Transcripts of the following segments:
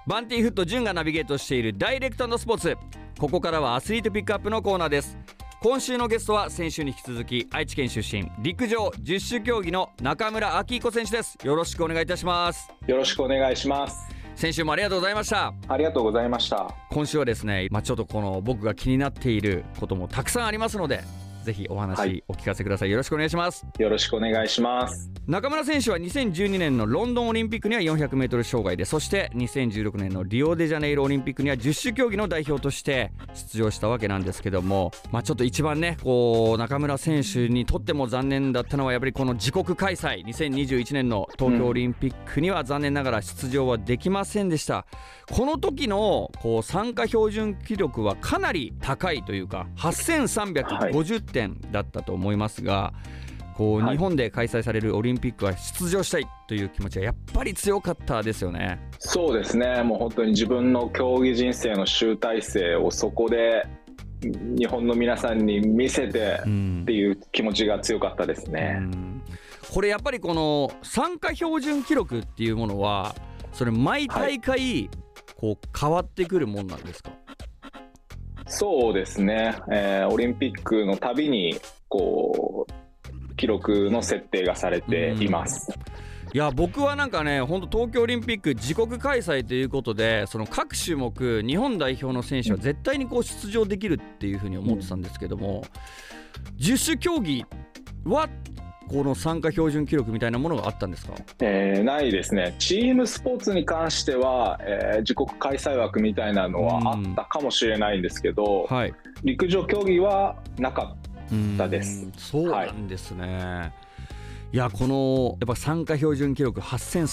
バンティフット潤がナビゲートしているダイレクト&スポーツ。ここからはアスリートピックアップのコーナーです。今週のゲストは先週に引き続き愛知県出身、陸上十種競技の中村明彦選手です。よろしくお願いいたします。 よろしくお願いします。 先週もありがとうございました。 ありがとうございました。 今週はですね、ちょっとこの僕が気になっていることもたくさんありますので、ぜひお話お聞かせください。よろしくお願いします。 よろしくお願いします。 中村選手は2012年のロンドンオリンピックには 400m 障害で、そして2016年のリオデジャネイロオリンピックには十種競技の代表として出場したわけなんですけども、ちょっと一番ね中村選手にとっても残念だったのはやっぱりこの自国開催、2021年の東京オリンピックには残念ながら出場はできませんでした。この時の参加標準記録はかなり高いというか8350点だったと思いますが、日本で開催されるオリンピックは出場したいという気持ちはやっぱり強かったですよね。 そうですね、もう本当に自分の競技人生の集大成をそこで日本の皆さんに見せてっていう気持ちが強かったですね。 これやっぱりこの参加標準記録っていうものはそれ毎大会変わってくるもんなんですか？ そうですね、オリンピックのたびに記録の設定がされています。 いや僕はなんかね、本当東京オリンピック自国開催ということで、その各種目日本代表の選手は絶対に出場できるっていうふうに思ってたんですけども、十種競技はこの参加標準記録みたいなものがあったんですか？ ないですね。チームスポーツに関しては、自国開催枠みたいなのはあったかもしれないんですけど、陸上競技はなかったです。 そうなんですね。いやこのやっぱ参加標準記録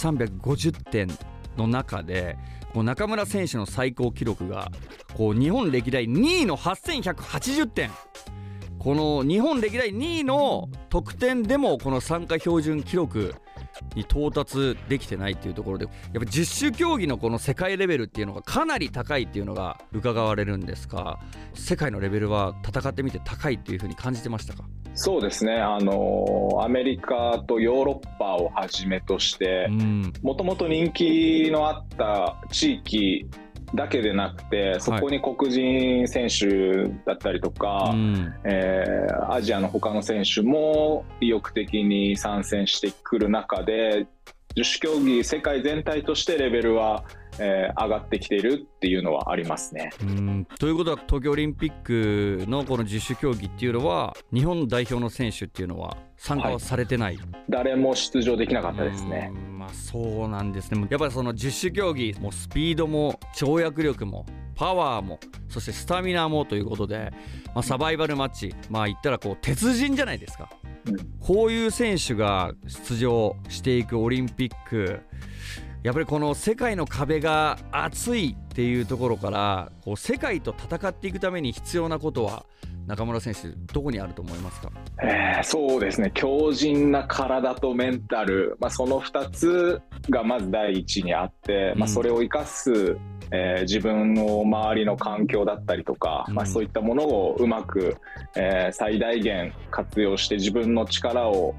8350点の中で中村選手の最高記録が日本歴代2位の8180点。この日本歴代2位の得点でもこの参加標準記録に到達できてないっていうところで、やっぱ十種競技のこの世界レベルっていうのがかなり高いっていうのが伺われるんですが、世界のレベルは戦ってみて高いっていう風に感じてましたか？ そうですね、アメリカとヨーロッパをはじめとしてもともと人気のあった地域だけでなくて、そこに黒人選手だったりとか、アジアの他の選手も意欲的に参戦してくる中で、十種競技世界全体としてレベルは、上がってきているっていうのはありますね。 ということは東京オリンピックのこの十種競技っていうのは日本代表の選手っていうのは参加はされてない、 誰も出場できなかったですね。 そうなんですね。やっぱりその十種競技もスピードも跳躍力もパワーもそしてスタミナもということで、サバイバルマッチ、言ったら鉄人じゃないですか。こういう選手が出場していくオリンピック、やっぱりこの世界の壁が厚いっていうところから世界と戦っていくために必要なことは中村選手どこにあると思いますか？ そうですね、強靭な体とメンタル、その2つがまず第一にあって、それを生かす、自分の周りの環境だったりとか、そういったものをうまく、最大限活用して自分の力を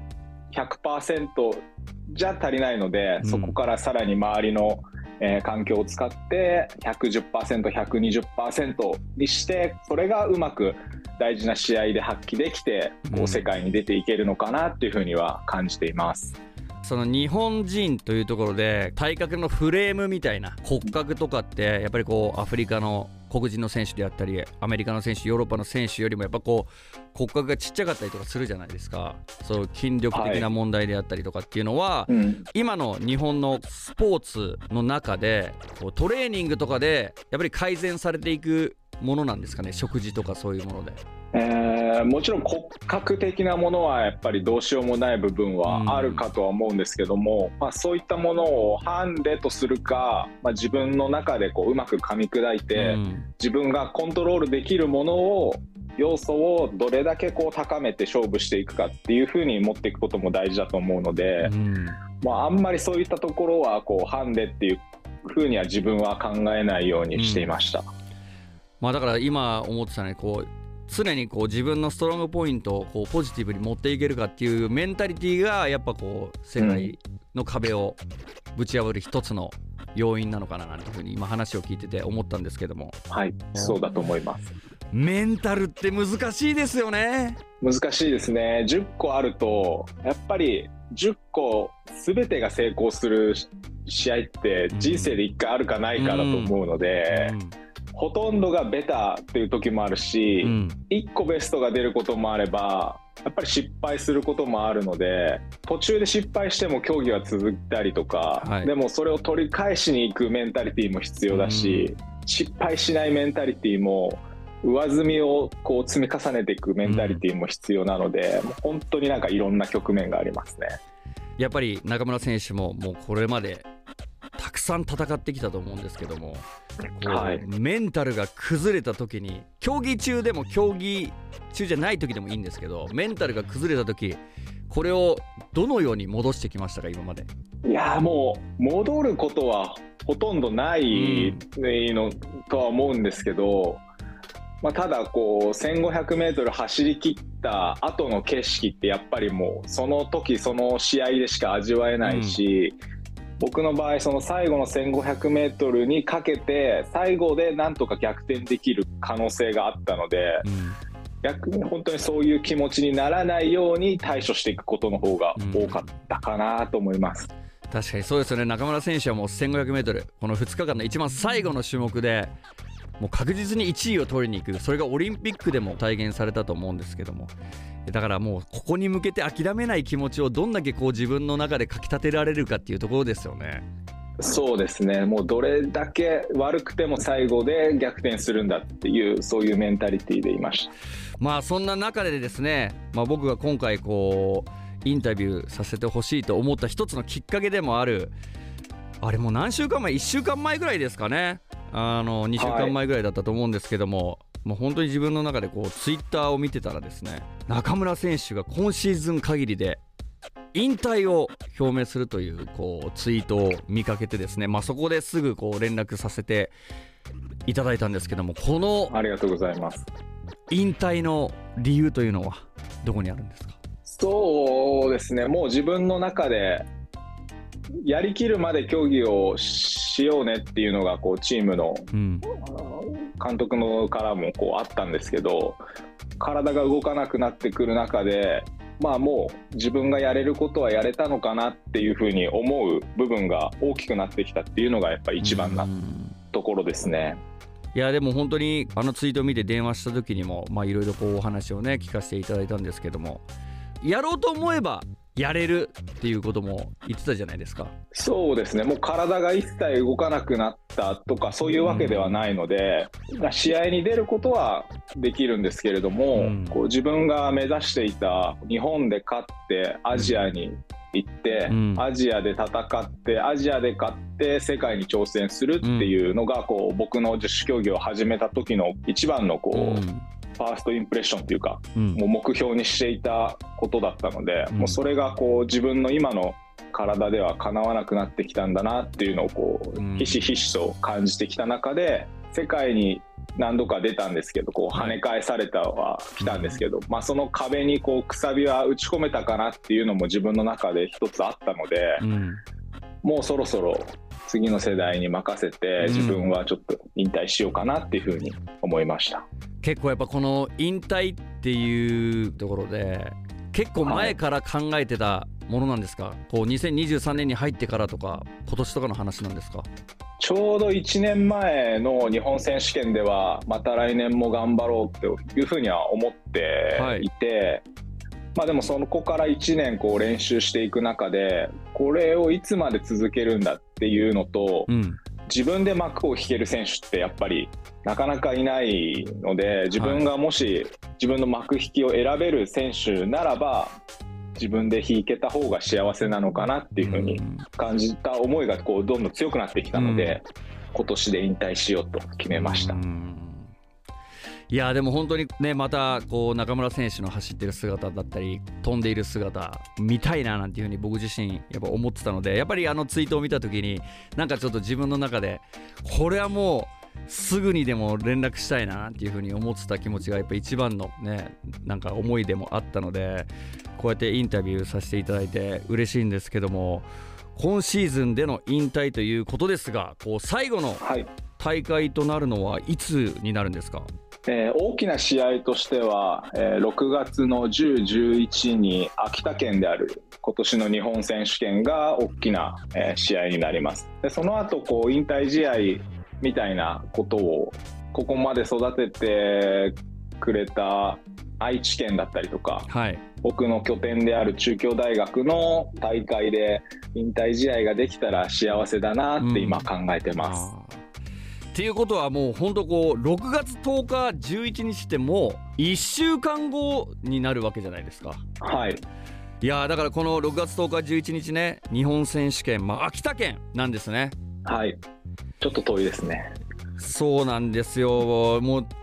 100% じゃ足りないので、そこからさらに周りの、環境を使って 110%、120% にして、それがうまく大事な試合で発揮できて世界に出ていけるのかなっていうふうには感じています。 その日本人というところで体格のフレームみたいな骨格とかってやっぱりアフリカの黒人の選手であったりアメリカの選手、ヨーロッパの選手よりもやっぱ骨格がちっちゃかったりとかするじゃないですか。そう筋力的な問題であったりとかっていうのは、今の日本のスポーツの中でトレーニングとかでやっぱり改善されていくものなんですかね、食事とかそういうもので。 もちろん骨格的なものはやっぱりどうしようもない部分はあるかとは思うんですけども、そういったものをハンデとするか、自分の中でうまく噛み砕いて、自分がコントロールできるものを要素をどれだけ高めて勝負していくかっていう風に持っていくことも大事だと思うので、あんまりそういったところはハンデっていう風には自分は考えないようにしていました。 だから今思ってたね、常に自分のストロングポイントをポジティブに持っていけるかっていうメンタリティーがやっぱ世界の壁をぶち破る一つの要因なのかななんていうふうに今話を聞いてて思ったんですけども。 はい、そうだと思います。 メンタルって難しいですよね。 難しいですね。10個あるとやっぱり10個全てが成功する試合って人生で1回あるかないかだと思うので、ほとんどがベタっていう時もあるし、1個ベストが出ることもあればやっぱり失敗することもあるので、途中で失敗しても競技は続いたりとか、でもそれを取り返しに行くメンタリティも必要だし、失敗しないメンタリティも上積みをこう積み重ねていくメンタリティも必要なので、もう本当になんかいろんな局面がありますね。 やっぱり中村選手ももうこれまでたくさん戦ってきたと思うんですけども、メンタルが崩れた時に、競技中でも競技中じゃない時でもいいんですけど、メンタルが崩れた時これをどのように戻してきましたか今まで。 いやもう戻ることはほとんどないのとは思うんですけど、ただこう 1500m 走り切った後の景色ってやっぱりもうその時その試合でしか味わえないし、僕の場合その最後の 1500m にかけて最後でなんとか逆転できる可能性があったので、逆に本当にそういう気持ちにならないように対処していくことの方が多かったかなと思います。 確かにそうですよね。中村選手はもう 1500m この2日間の一番最後の種目でもう確実に1位を取りに行く、それがオリンピックでも体現されたと思うんですけども、だからもうここに向けて諦めない気持ちをどんだけこう自分の中でかき立てられるかっていうところですよね。 そうですね。もうどれだけ悪くても最後で逆転するんだっていうそういうメンタリティでいました。 そんな中でですね、僕が今回こうインタビューさせてほしいと思った一つのきっかけでもある、あれもう何週間前、1週間前ぐらいですかね、2週間前ぐらいだったと思うんですけども、もう本当に自分の中でこうツイッターを見てたらですね、中村選手が今シーズン限りで引退を表明するというこうツイートを見かけてですね、そこですぐこう連絡させていただいたんですけども、このありがとうございます。 引退の理由というのはどこにあるんですか？ そうですね、もう自分の中でやりきるまで競技をしようねっていうのがこうチームの監督のからもこうあったんですけど、体が動かなくなってくる中で、もう自分がやれることはやれたのかなっていうふうに思う部分が大きくなってきたっていうのがやっぱり一番なところですね。 いやでも本当にツイートを見て電話した時にもいろいろこうお話をね聞かせていただいたんですけども、やろうと思えばやれるっていうことも言ってたじゃないですか。そうですね、 もう体が一切動かなくなったとかそういうわけではないので、試合に出ることはできるんですけれども、こう自分が目指していた日本で勝ってアジアに行って、アジアで戦ってアジアで勝って世界に挑戦するっていうのがこう僕の十種競技を始めた時の一番のこう、ファーストインプレッションっていうか、もう目標にしていたことだったので、もうそれがこう自分の今の体では叶わなくなってきたんだなっていうのをこうひしひしと感じてきた中で、世界に何度か出たんですけどこう跳ね返されたは来たんですけど、その壁にこうくさびは打ち込めたかなっていうのも自分の中で一つあったので、もうそろそろ次の世代に任せて自分はちょっと引退しようかなっていうふうに思いました。 結構やっぱこの引退っていうところで結構前から考えてたものなんですか？こう2023年に入ってからとか今年とかの話なんですか？ ちょうど1年前の日本選手権ではまた来年も頑張ろうというふうには思っていて、でもそこから1年こう練習していく中でこれをいつまで続けるんだっていうのと、自分で幕を引ける選手ってやっぱりなかなかいないので、自分がもし自分の幕引きを選べる選手ならば自分で引けた方が幸せなのかなっていうふうに感じた思いがこうどんどん強くなってきたので、今年で引退しようと決めました。 いやでも本当にね、またこう中村選手の走ってる姿だったり飛んでいる姿見たいななんていう風に僕自身やっぱ思ってたので、やっぱりツイートを見た時になんかちょっと自分の中でこれはもうすぐにでも連絡したいななんていう風に思ってた気持ちがやっぱ一番のねなんか思いでもあったので、こうやってインタビューさせていただいて嬉しいんですけども、 今シーズンでの引退ということですが、こう最後の大会となるのはいつになるんですか？ 大きな試合としては、6月の10、11に秋田県である今年の日本選手権が大きな、試合になります。でその後こう引退試合みたいなことをここまで育ててくれた愛知県だったりとか、はい、僕の拠点である中京大学の大会で引退試合ができたら幸せだなって今考えてます。 っていうことはもう本当こう6月10日11日ってもう1週間後になるわけじゃないですか。 はい。 いやだからこの6月10日11日ね、日本選手権、秋田県なんですね。 はい。ちょっと遠いですね。 そうなんですよ。もう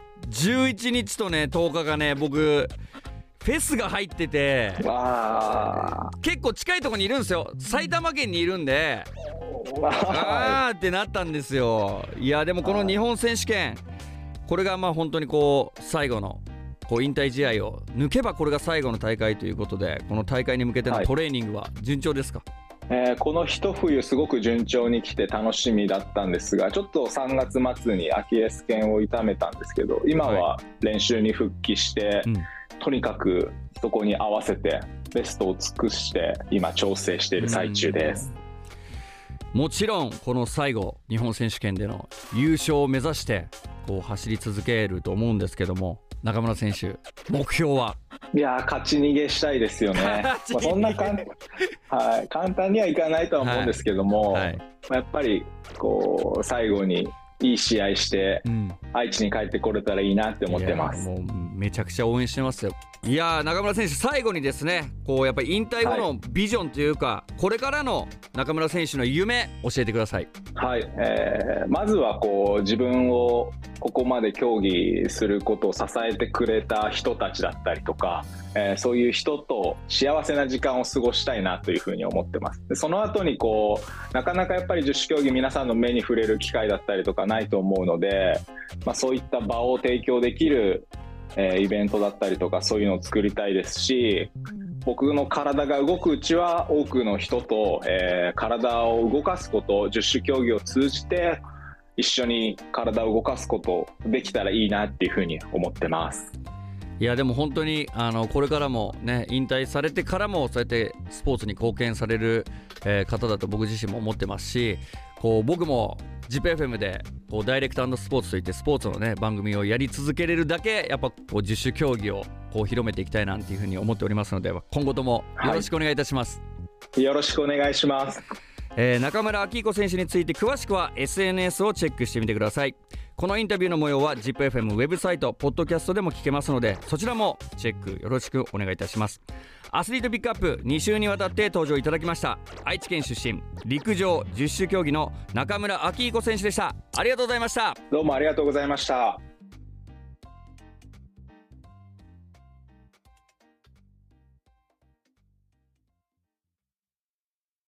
11日とね10日がね、僕フェスが入ってて結構近いところにいるんですよ。埼玉県にいるんでってなったんですよ。いやでもこの日本選手権、これが本当にこう最後のこう引退試合を抜けばこれが最後の大会ということで、この大会に向けてのトレーニングは順調ですか？ この一冬すごく順調に来て楽しみだったんですが、ちょっと3月末にアキレス腱を痛めたんですけど、今は練習に復帰して、とにかくそこに合わせてベストを尽くして今調整している最中です。 もちろんこの最後日本選手権での優勝を目指してこう走り続けると思うんですけども、中村選手目標は？ いや勝ち逃げしたいですよね。そんな簡単にはいかないとは思うんですけども、やっぱりこう最後にいい試合して、愛知に帰ってこれたらいいなって思ってます。 もうめちゃくちゃ応援してますよ。いや中村選手、最後にですね、こうやっぱり引退後のビジョンというか、これからの中村選手の夢教えてください。 はい、まずはこう自分をここまで競技することを支えてくれた人たちだったりとか、そういう人と幸せな時間を過ごしたいなというふうに思ってます。でその後にこうなかなかやっぱり十種競技皆さんの目に触れる機会だったりとかないと思うので、そういった場を提供できるイベントだったりとかそういうのを作りたいですし、僕の体が動くうちは多くの人と、体を動かすこと、十種競技を通じて一緒に体を動かすことできたらいいなっていうふうに思ってます。 いやでも本当にこれからもね、引退されてからもそうやってスポーツに貢献される、方だと僕自身も思ってますし、こう僕も ZIPFM でこうダイレクト&スポーツといってスポーツのね番組をやり続けれるだけ、やっぱこう十種競技をこう広めていきたいなんていうふうに思っておりますので、今後ともよろしくお願いいたします。 よろしくお願いします。 中村明彦選手について詳しくは SNS をチェックしてみてください。このインタビューの模様は ZIPFM ウェブサイトポッドキャストでも聞けますので、そちらもチェックよろしくお願いいたします。アスリートピックアップ2週にわたって登場いただきました愛知県出身、陸上十種競技の中村明彦選手でした。ありがとうございました。 どうもありがとうございました。